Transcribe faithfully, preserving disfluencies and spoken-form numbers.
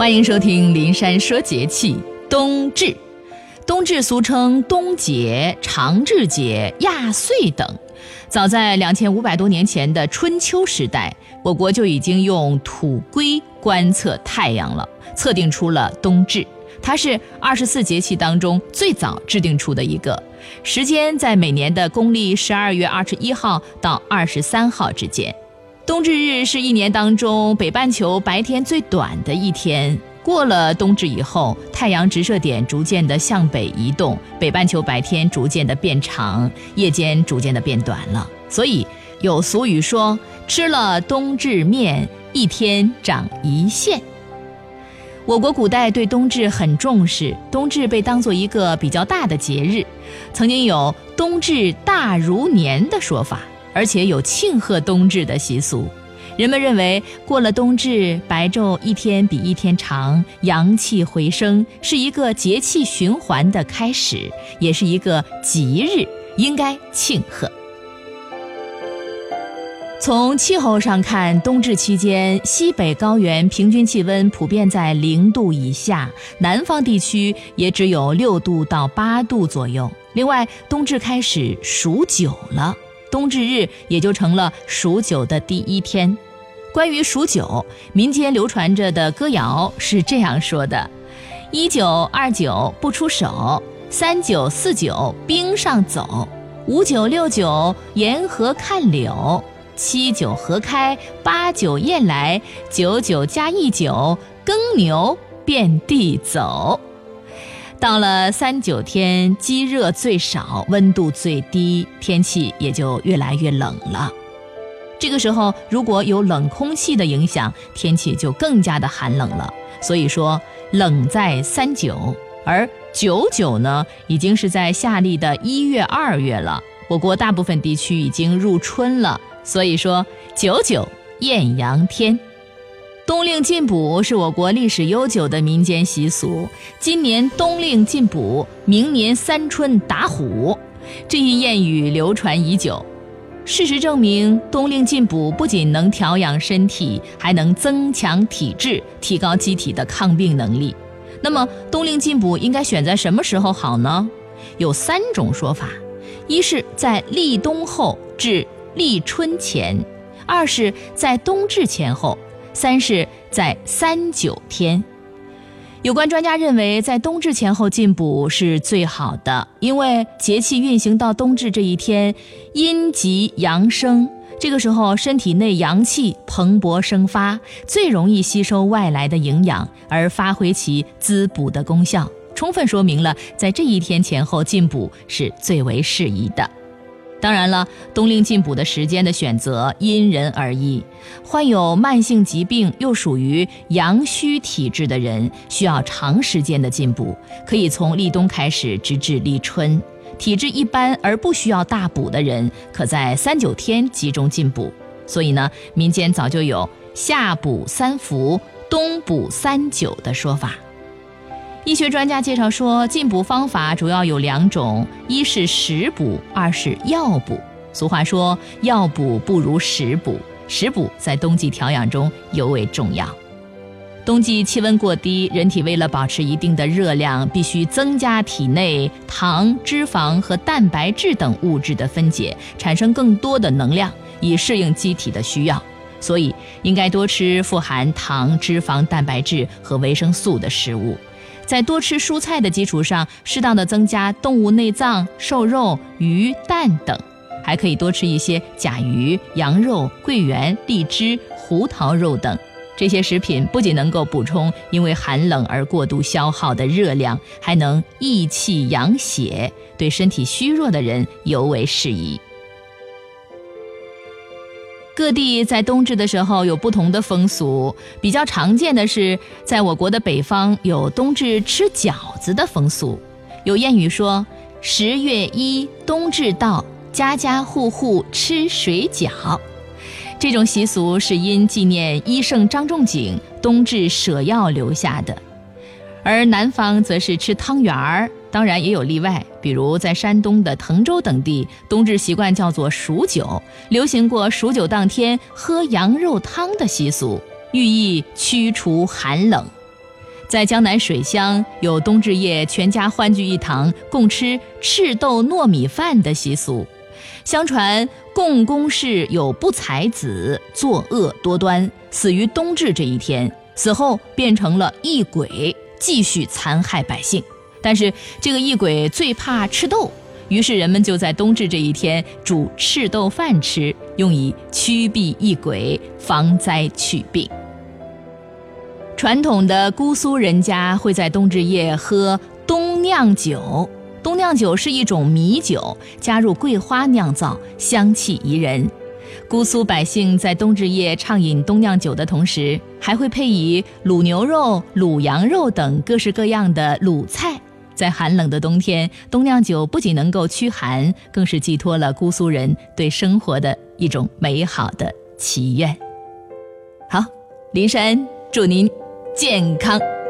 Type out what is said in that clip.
欢迎收听林珊说节气。冬至，冬至俗称冬节、长至节、亚岁等。早在两千五百多年前的春秋时代，我国就已经用土圭观测太阳了，测定出了冬至。它是二十四节气当中最早制定出的一个，时间在每年的公历十二月二十一号到二十三号之间。冬至日是一年当中北半球白天最短的一天，过了冬至以后，太阳直射点逐渐的向北移动，北半球白天逐渐的变长，夜间逐渐的变短了。所以有俗语说，吃了冬至面，一天长一线。我国古代对冬至很重视，冬至被当作一个比较大的节日，曾经有冬至大如年的说法，而且有庆贺冬至的习俗。人们认为过了冬至，白昼一天比一天长，阳气回升，是一个节气循环的开始，也是一个吉日，应该庆贺。从气候上看，冬至期间西北高原平均气温普遍在零度以下，南方地区也只有六度到八度左右。另外，冬至开始数九了，冬至日也就成了数九的第一天。关于数九，民间流传着的歌谣是这样说的：一九二九不出手，三九四九冰上走，五九六九沿河看柳，七九河开，八九雁来，九九加一九耕牛遍地走。到了三九天，积热最少，温度最低，天气也就越来越冷了。这个时候如果有冷空气的影响，天气就更加的寒冷了。所以说冷在三九，而九九呢，已经是在夏历的一月二月了。我国大部分地区已经入春了，所以说九九艳阳天。冬令进补是我国历史悠久的民间习俗，今年冬令进补，明年三春打虎，这一谚语流传已久。事实证明，冬令进补不仅能调养身体，还能增强体质，提高机体的抗病能力。那么冬令进补应该选在什么时候好呢？有三种说法：一是在立冬后至立春前，二是在冬至前后，三是在三九天。有关专家认为，在冬至前后进补是最好的，因为节气运行到冬至这一天，阴极阳生，这个时候身体内阳气蓬勃生发，最容易吸收外来的营养，而发挥其滋补的功效，充分说明了在这一天前后进补是最为适宜的。当然了，冬令进补的时间的选择因人而异，患有慢性疾病又属于阳虚体质的人，需要长时间的进补，可以从立冬开始直至立春。体质一般而不需要大补的人，可在三九天集中进补。所以呢，民间早就有夏补三伏，冬补三九的说法。医学专家介绍说，进补方法主要有两种，一是食补，二是药补。俗话说，药补不如食补，食补在冬季调养中尤为重要。冬季气温过低，人体为了保持一定的热量，必须增加体内糖、脂肪和蛋白质等物质的分解，产生更多的能量，以适应机体的需要。所以应该多吃富含糖、脂肪、蛋白质和维生素的食物。在多吃蔬菜的基础上，适当的增加动物内脏、瘦肉、鱼、蛋等，还可以多吃一些甲鱼、羊肉、桂圆、荔枝、胡桃肉等。这些食品不仅能够补充因为寒冷而过度消耗的热量，还能益气养血，对身体虚弱的人尤为适宜。各地在冬至的时候有不同的风俗，比较常见的是，在我国的北方有冬至吃饺子的风俗。有谚语说，十月一冬至到，家家户户吃水饺。这种习俗是因纪念医圣张仲景冬至舍药留下的。而南方则是吃汤圆儿，当然也有例外，比如在山东的滕州等地，冬至习惯叫做数九，流行过数九当天喝羊肉汤的习俗，寓意驱除寒冷。 在江南水乡有冬至夜全家欢聚一堂共吃赤豆糯米饭的习俗。相传共工氏有不才子，作恶多端，死于冬至这一天，死后变成了异鬼，继续残害百姓。但是这个异鬼最怕吃豆，于是人们就在冬至这一天煮赤豆饭吃，用以驱避异鬼，防灾祛病。传统的姑苏人家会在冬至夜喝冬酿酒，冬酿酒是一种米酒，加入桂花酿造，香气宜人。姑苏百姓在冬至夜畅饮冬酿酒的同时，还会配以卤牛肉、卤羊肉等各式各样的卤菜。在寒冷的冬天，冬酿酒不仅能够驱寒，更是寄托了姑苏人对生活的一种美好的祈愿。好，林珊祝您健康